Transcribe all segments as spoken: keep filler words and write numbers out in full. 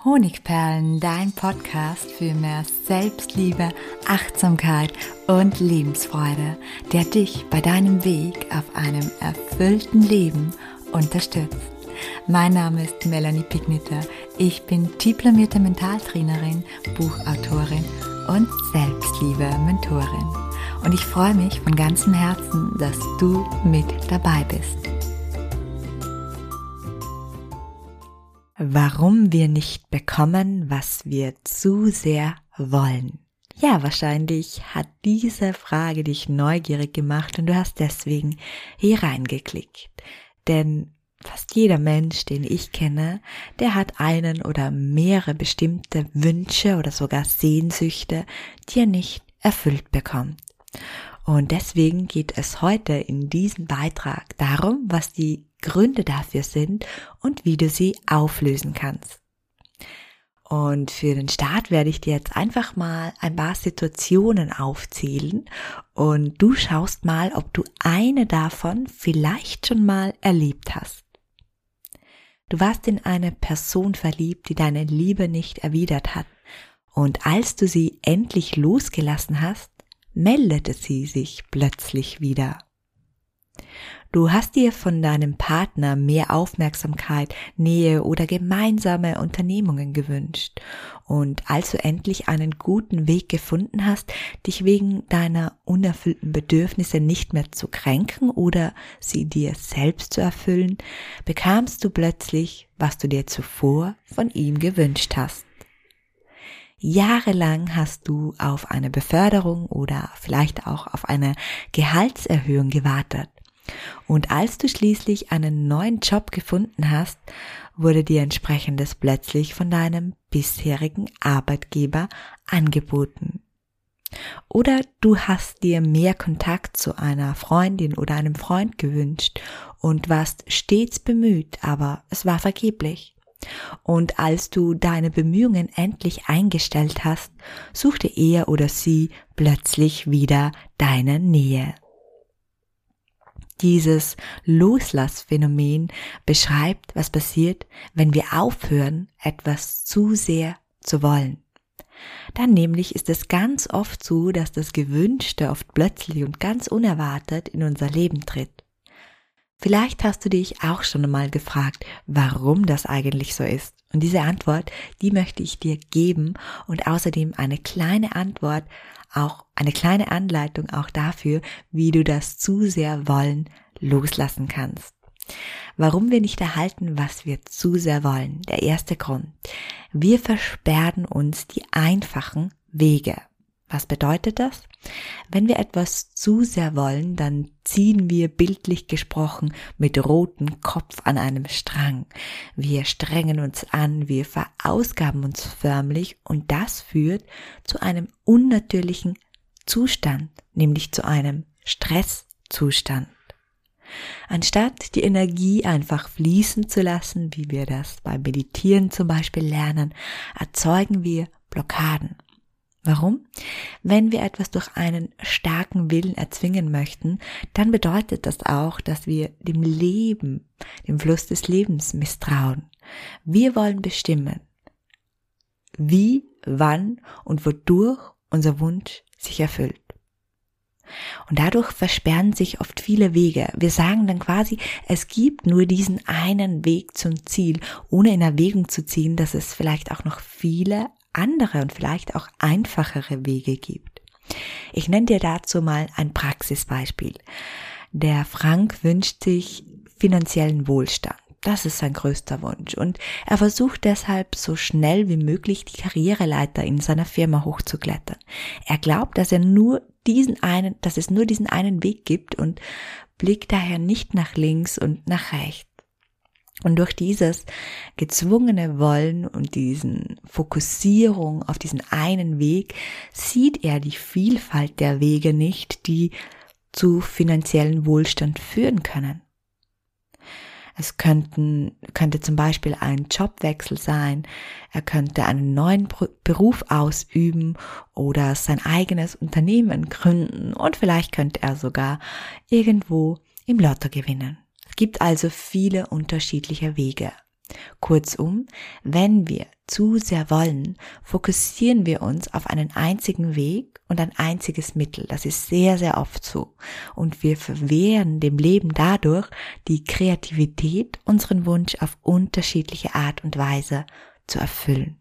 Honigperlen, dein Podcast für mehr Selbstliebe, Achtsamkeit und Lebensfreude, der dich bei deinem Weg auf einem erfüllten Leben unterstützt. Mein Name ist Melanie Pigniter. Ich bin diplomierte Mentaltrainerin, Buchautorin und Selbstliebe-Mentorin. Und ich freue mich von ganzem Herzen, dass du mit dabei bist. Warum wir nicht bekommen, was wir zu sehr wollen. Ja, wahrscheinlich hat diese Frage dich neugierig gemacht und du hast deswegen hier reingeklickt. Denn fast jeder Mensch, den ich kenne, der hat einen oder mehrere bestimmte Wünsche oder sogar Sehnsüchte, die er nicht erfüllt bekommt. Und deswegen geht es heute in diesem Beitrag darum, was die Gründe dafür sind und wie du sie auflösen kannst. Und für den Start werde ich dir jetzt einfach mal ein paar Situationen aufzählen und du schaust mal, ob du eine davon vielleicht schon mal erlebt hast. Du warst in eine Person verliebt, die deine Liebe nicht erwidert hat, und als du sie endlich losgelassen hast, meldete sie sich plötzlich wieder. Du hast dir von deinem Partner mehr Aufmerksamkeit, Nähe oder gemeinsame Unternehmungen gewünscht. Und als du endlich einen guten Weg gefunden hast, dich wegen deiner unerfüllten Bedürfnisse nicht mehr zu kränken oder sie dir selbst zu erfüllen, bekamst du plötzlich, was du dir zuvor von ihm gewünscht hast. Jahrelang hast du auf eine Beförderung oder vielleicht auch auf eine Gehaltserhöhung gewartet. Und als du schließlich einen neuen Job gefunden hast, wurde dir entsprechendes plötzlich von deinem bisherigen Arbeitgeber angeboten. Oder du hast dir mehr Kontakt zu einer Freundin oder einem Freund gewünscht und warst stets bemüht, aber es war vergeblich. Und als du deine Bemühungen endlich eingestellt hast, suchte er oder sie plötzlich wieder deine Nähe. Dieses Loslassphänomen beschreibt, was passiert, wenn wir aufhören, etwas zu sehr zu wollen. Dann nämlich ist es ganz oft so, dass das Gewünschte oft plötzlich und ganz unerwartet in unser Leben tritt. Vielleicht hast du dich auch schon einmal gefragt, warum das eigentlich so ist. Und diese Antwort, die möchte ich dir geben und außerdem eine kleine Antwort, auch eine kleine Anleitung auch dafür, wie du das zu sehr wollen loslassen kannst. Warum wir nicht erhalten, was wir zu sehr wollen? Der erste Grund. Wir versperren uns die einfachen Wege. Was bedeutet das? Wenn wir etwas zu sehr wollen, dann ziehen wir bildlich gesprochen mit rotem Kopf an einem Strang. Wir strengen uns an, wir verausgaben uns förmlich und das führt zu einem unnatürlichen Zustand, nämlich zu einem Stresszustand. Anstatt die Energie einfach fließen zu lassen, wie wir das beim Meditieren zum Beispiel lernen, erzeugen wir Blockaden. Warum? Wenn wir etwas durch einen starken Willen erzwingen möchten, dann bedeutet das auch, dass wir dem Leben, dem Fluss des Lebens misstrauen. Wir wollen bestimmen, wie, wann und wodurch unser Wunsch sich erfüllt. Und dadurch versperren sich oft viele Wege. Wir sagen dann quasi, es gibt nur diesen einen Weg zum Ziel, ohne in Erwägung zu ziehen, dass es vielleicht auch noch viele andere und vielleicht auch einfachere Wege gibt. Ich nenne dir dazu mal ein Praxisbeispiel. Der Frank wünscht sich finanziellen Wohlstand. Das ist sein größter Wunsch und er versucht deshalb so schnell wie möglich die Karriereleiter in seiner Firma hochzuklettern. Er glaubt, dass er nur diesen einen, dass es nur diesen einen Weg gibt und blickt daher nicht nach links und nach rechts. Und durch dieses gezwungene Wollen und diesen Fokussierung auf diesen einen Weg sieht er die Vielfalt der Wege nicht, die zu finanziellen Wohlstand führen können. Es könnten, könnte zum Beispiel ein Jobwechsel sein, er könnte einen neuen Beruf ausüben oder sein eigenes Unternehmen gründen und vielleicht könnte er sogar irgendwo im Lotto gewinnen. Es gibt also viele unterschiedliche Wege. Kurzum, wenn wir zu sehr wollen, fokussieren wir uns auf einen einzigen Weg und ein einziges Mittel. Das ist sehr, sehr oft so. Und wir verwehren dem Leben dadurch die Kreativität, unseren Wunsch auf unterschiedliche Art und Weise zu erfüllen.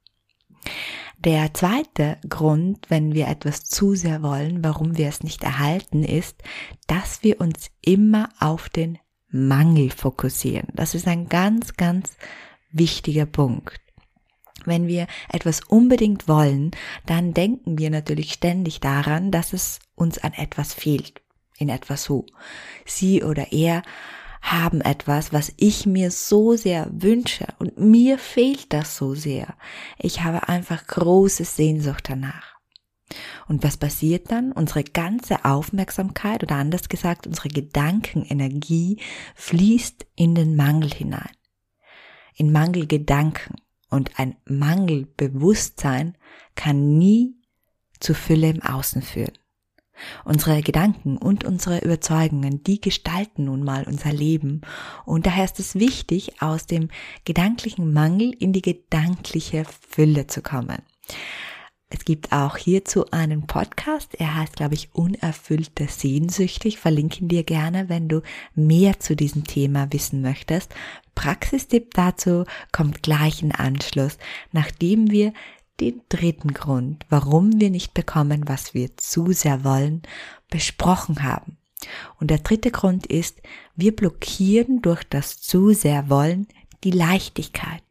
Der zweite Grund, wenn wir etwas zu sehr wollen, warum wir es nicht erhalten, ist, dass wir uns immer auf den Mangel fokussieren. Das ist ein ganz, ganz wichtiger Punkt. Wenn wir etwas unbedingt wollen, dann denken wir natürlich ständig daran, dass es uns an etwas fehlt. In etwas so. Sie oder er haben etwas, was ich mir so sehr wünsche und mir fehlt das so sehr. Ich habe einfach große Sehnsucht danach. Und was passiert dann? Unsere ganze Aufmerksamkeit oder anders gesagt, unsere Gedankenenergie fließt in den Mangel hinein. In Mangelgedanken. Und ein Mangelbewusstsein kann nie zu Fülle im Außen führen. Unsere Gedanken und unsere Überzeugungen, die gestalten nun mal unser Leben. Und daher ist es wichtig, aus dem gedanklichen Mangel in die gedankliche Fülle zu kommen. Es gibt auch hierzu einen Podcast, er heißt, glaube ich, Unerfüllte Sehnsüchte. Ich verlinke ihn dir gerne, wenn du mehr zu diesem Thema wissen möchtest. Praxistipp dazu kommt gleich in Anschluss, nachdem wir den dritten Grund, warum wir nicht bekommen, was wir zu sehr wollen, besprochen haben. Und der dritte Grund ist, wir blockieren durch das zu sehr wollen die Leichtigkeit.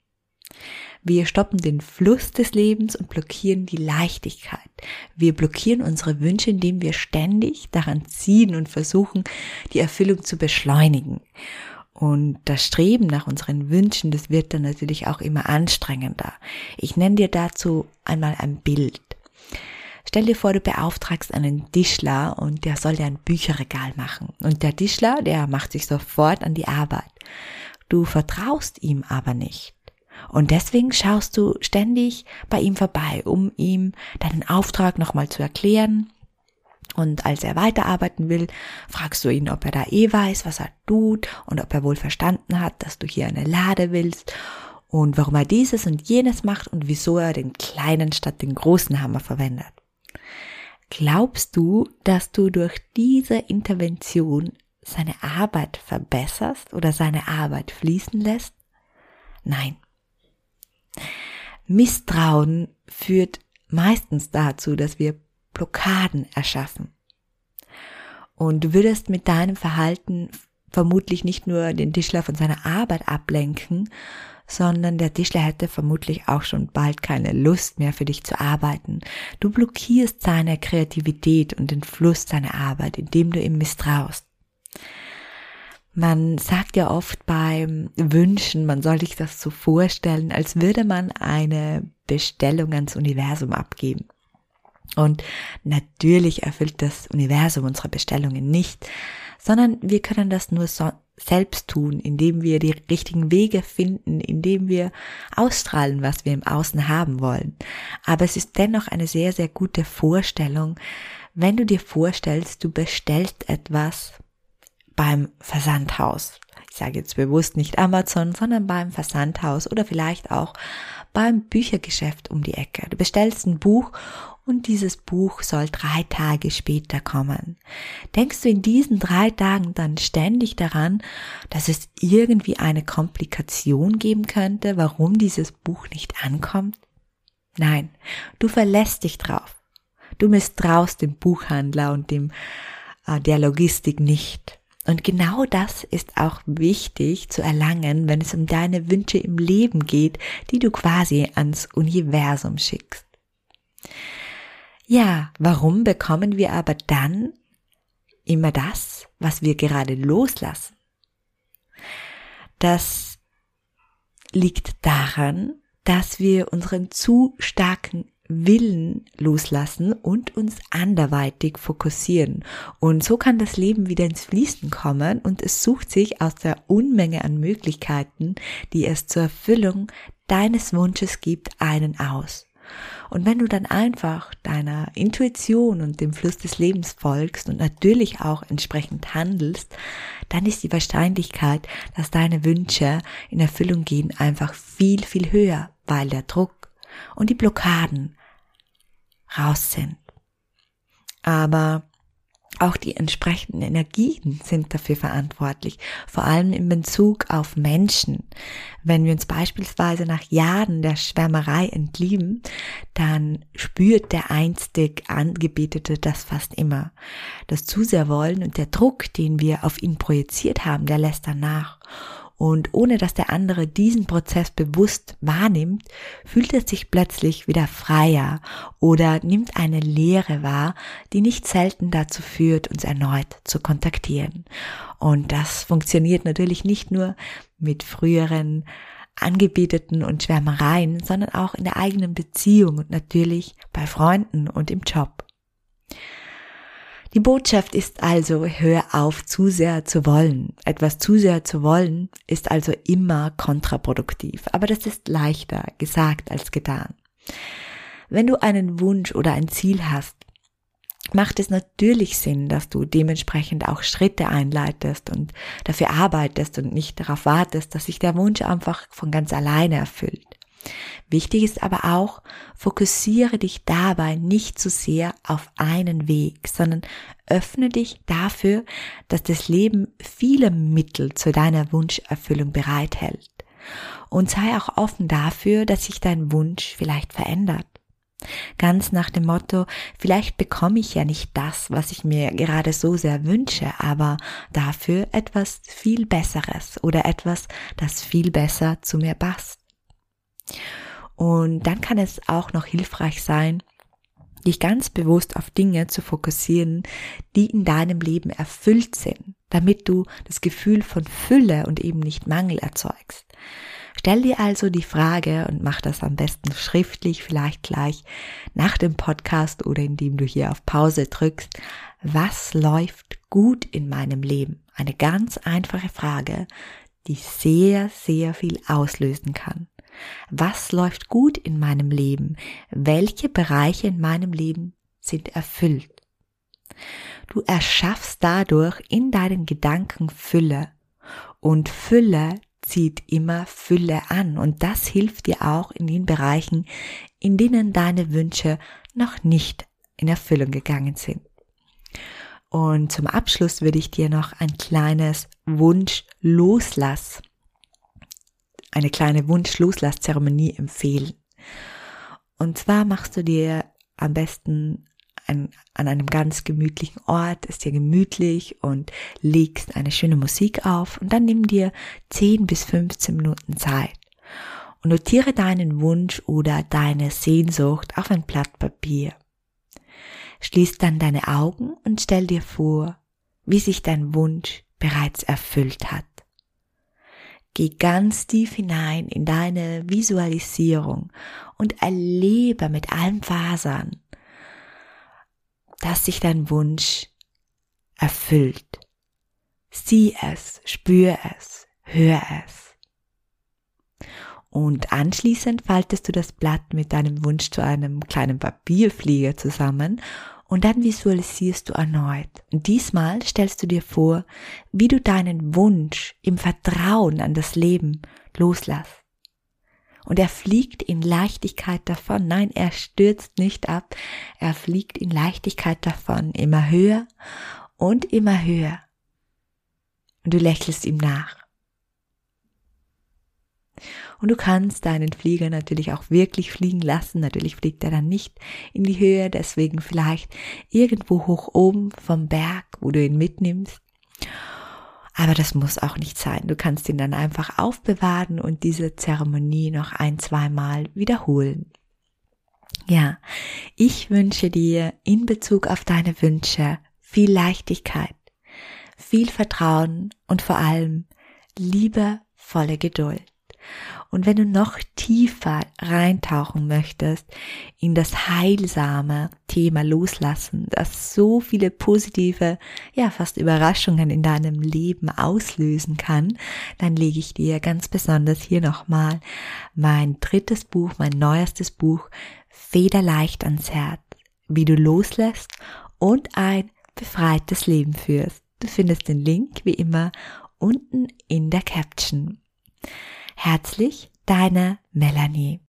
Wir stoppen den Fluss des Lebens und blockieren die Leichtigkeit. Wir blockieren unsere Wünsche, indem wir ständig daran ziehen und versuchen, die Erfüllung zu beschleunigen. Und das Streben nach unseren Wünschen, das wird dann natürlich auch immer anstrengender. Ich nenne dir dazu einmal ein Bild. Stell dir vor, du beauftragst einen Tischler und der soll dir ein Bücherregal machen. Und der Tischler, der macht sich sofort an die Arbeit. Du vertraust ihm aber nicht. Und deswegen schaust du ständig bei ihm vorbei, um ihm deinen Auftrag nochmal zu erklären. Und als er weiterarbeiten will, fragst du ihn, ob er da eh weiß, was er tut und ob er wohl verstanden hat, dass du hier eine Lade willst und warum er dieses und jenes macht und wieso er den kleinen statt den großen Hammer verwendet. Glaubst du, dass du durch diese Intervention seine Arbeit verbesserst oder seine Arbeit fließen lässt? Nein. Misstrauen führt meistens dazu, dass wir Blockaden erschaffen. Und du würdest mit deinem Verhalten vermutlich nicht nur den Tischler von seiner Arbeit ablenken, sondern der Tischler hätte vermutlich auch schon bald keine Lust mehr für dich zu arbeiten. Du blockierst seine Kreativität und den Fluss seiner Arbeit, indem du ihm misstraust. Man sagt ja oft beim Wünschen, man soll sich das so vorstellen, als würde man eine Bestellung ans Universum abgeben. Und natürlich erfüllt das Universum unsere Bestellungen nicht, sondern wir können das nur so selbst tun, indem wir die richtigen Wege finden, indem wir ausstrahlen, was wir im Außen haben wollen. Aber es ist dennoch eine sehr, sehr gute Vorstellung, wenn du dir vorstellst, du bestellst etwas beim Versandhaus. Ich sage jetzt bewusst nicht Amazon, sondern beim Versandhaus oder vielleicht auch beim Büchergeschäft um die Ecke. Du bestellst ein Buch und dieses Buch soll drei Tage später kommen. Denkst du in diesen drei Tagen dann ständig daran, dass es irgendwie eine Komplikation geben könnte, warum dieses Buch nicht ankommt? Nein, du verlässt dich drauf. Du misstraust dem Buchhandler und dem äh, der Logistik nicht. Und genau das ist auch wichtig zu erlangen, wenn es um deine Wünsche im Leben geht, die du quasi ans Universum schickst. Ja, warum bekommen wir aber dann immer das, was wir gerade loslassen? Das liegt daran, dass wir unseren zu starken Willen loslassen und uns anderweitig fokussieren. Und so kann das Leben wieder ins Fließen kommen und es sucht sich aus der Unmenge an Möglichkeiten, die es zur Erfüllung deines Wunsches gibt, einen aus. Und wenn du dann einfach deiner Intuition und dem Fluss des Lebens folgst und natürlich auch entsprechend handelst, dann ist die Wahrscheinlichkeit, dass deine Wünsche in Erfüllung gehen, einfach viel, viel höher, weil der Druck und die Blockaden raus sind. Aber auch die entsprechenden Energien sind dafür verantwortlich, vor allem in Bezug auf Menschen. Wenn wir uns beispielsweise nach Jahren der Schwärmerei entlieben, dann spürt der einstig Angebetete das fast immer. Das zu sehr wollen und der Druck, den wir auf ihn projiziert haben, der lässt dann nach. Und ohne dass der andere diesen Prozess bewusst wahrnimmt, fühlt er sich plötzlich wieder freier oder nimmt eine Leere wahr, die nicht selten dazu führt, uns erneut zu kontaktieren. Und das funktioniert natürlich nicht nur mit früheren Angebeteten und Schwärmereien, sondern auch in der eigenen Beziehung und natürlich bei Freunden und im Job. Die Botschaft ist also, hör auf, zu sehr zu wollen. Etwas zu sehr zu wollen ist also immer kontraproduktiv, aber das ist leichter gesagt als getan. Wenn du einen Wunsch oder ein Ziel hast, macht es natürlich Sinn, dass du dementsprechend auch Schritte einleitest und dafür arbeitest und nicht darauf wartest, dass sich der Wunsch einfach von ganz alleine erfüllt. Wichtig ist aber auch, fokussiere dich dabei nicht zu sehr auf einen Weg, sondern öffne dich dafür, dass das Leben viele Mittel zu deiner Wunscherfüllung bereithält. Und sei auch offen dafür, dass sich dein Wunsch vielleicht verändert. Ganz nach dem Motto, vielleicht bekomme ich ja nicht das, was ich mir gerade so sehr wünsche, aber dafür etwas viel Besseres oder etwas, das viel besser zu mir passt. Und dann kann es auch noch hilfreich sein, dich ganz bewusst auf Dinge zu fokussieren, die in deinem Leben erfüllt sind, damit du das Gefühl von Fülle und eben nicht Mangel erzeugst. Stell dir also die Frage und mach das am besten schriftlich, vielleicht gleich nach dem Podcast oder indem du hier auf Pause drückst. Was läuft gut in meinem Leben? Eine ganz einfache Frage, die sehr, sehr viel auslösen kann. Was läuft gut in meinem Leben? Welche Bereiche in meinem Leben sind erfüllt? Du erschaffst dadurch in deinen Gedanken Fülle und Fülle zieht immer Fülle an und das hilft dir auch in den Bereichen, in denen deine Wünsche noch nicht in Erfüllung gegangen sind. Und zum Abschluss würde ich dir noch ein kleines Wunsch-Loslass eine kleine Wunsch-Loslass-Zeremonie empfehlen. Und zwar machst du dir am besten ein, an einem ganz gemütlichen Ort, ist dir gemütlich und legst eine schöne Musik auf und dann nimm dir zehn bis fünfzehn Minuten Zeit und notiere deinen Wunsch oder deine Sehnsucht auf ein Blatt Papier. Schließ dann deine Augen und stell dir vor, wie sich dein Wunsch bereits erfüllt hat. Geh ganz tief hinein in deine Visualisierung und erlebe mit allen Fasern, dass sich dein Wunsch erfüllt. Sieh es, spür es, hör es. Und anschließend faltest du das Blatt mit deinem Wunsch zu einem kleinen Papierflieger zusammen und dann visualisierst du erneut. Und diesmal stellst du dir vor, wie du deinen Wunsch im Vertrauen an das Leben loslässt. Und er fliegt in Leichtigkeit davon. Nein, er stürzt nicht ab. Er fliegt in Leichtigkeit davon, immer höher und immer höher. Und du lächelst ihm nach. Und du kannst deinen Flieger natürlich auch wirklich fliegen lassen. Natürlich fliegt er dann nicht in die Höhe, deswegen vielleicht irgendwo hoch oben vom Berg, wo du ihn mitnimmst. Aber das muss auch nicht sein. Du kannst ihn dann einfach aufbewahren und diese Zeremonie noch ein, zweimal wiederholen. Ja, ich wünsche dir in Bezug auf deine Wünsche viel Leichtigkeit, viel Vertrauen und vor allem liebevolle Geduld. Und wenn du noch tiefer reintauchen möchtest in das heilsame Thema Loslassen, das so viele positive, ja fast Überraschungen in deinem Leben auslösen kann, dann lege ich dir ganz besonders hier nochmal mein drittes Buch, mein neuestes Buch, Federleicht ans Herz, wie du loslässt und ein befreites Leben führst. Du findest den Link wie immer unten in der Caption. Herzlich, deine Melanie.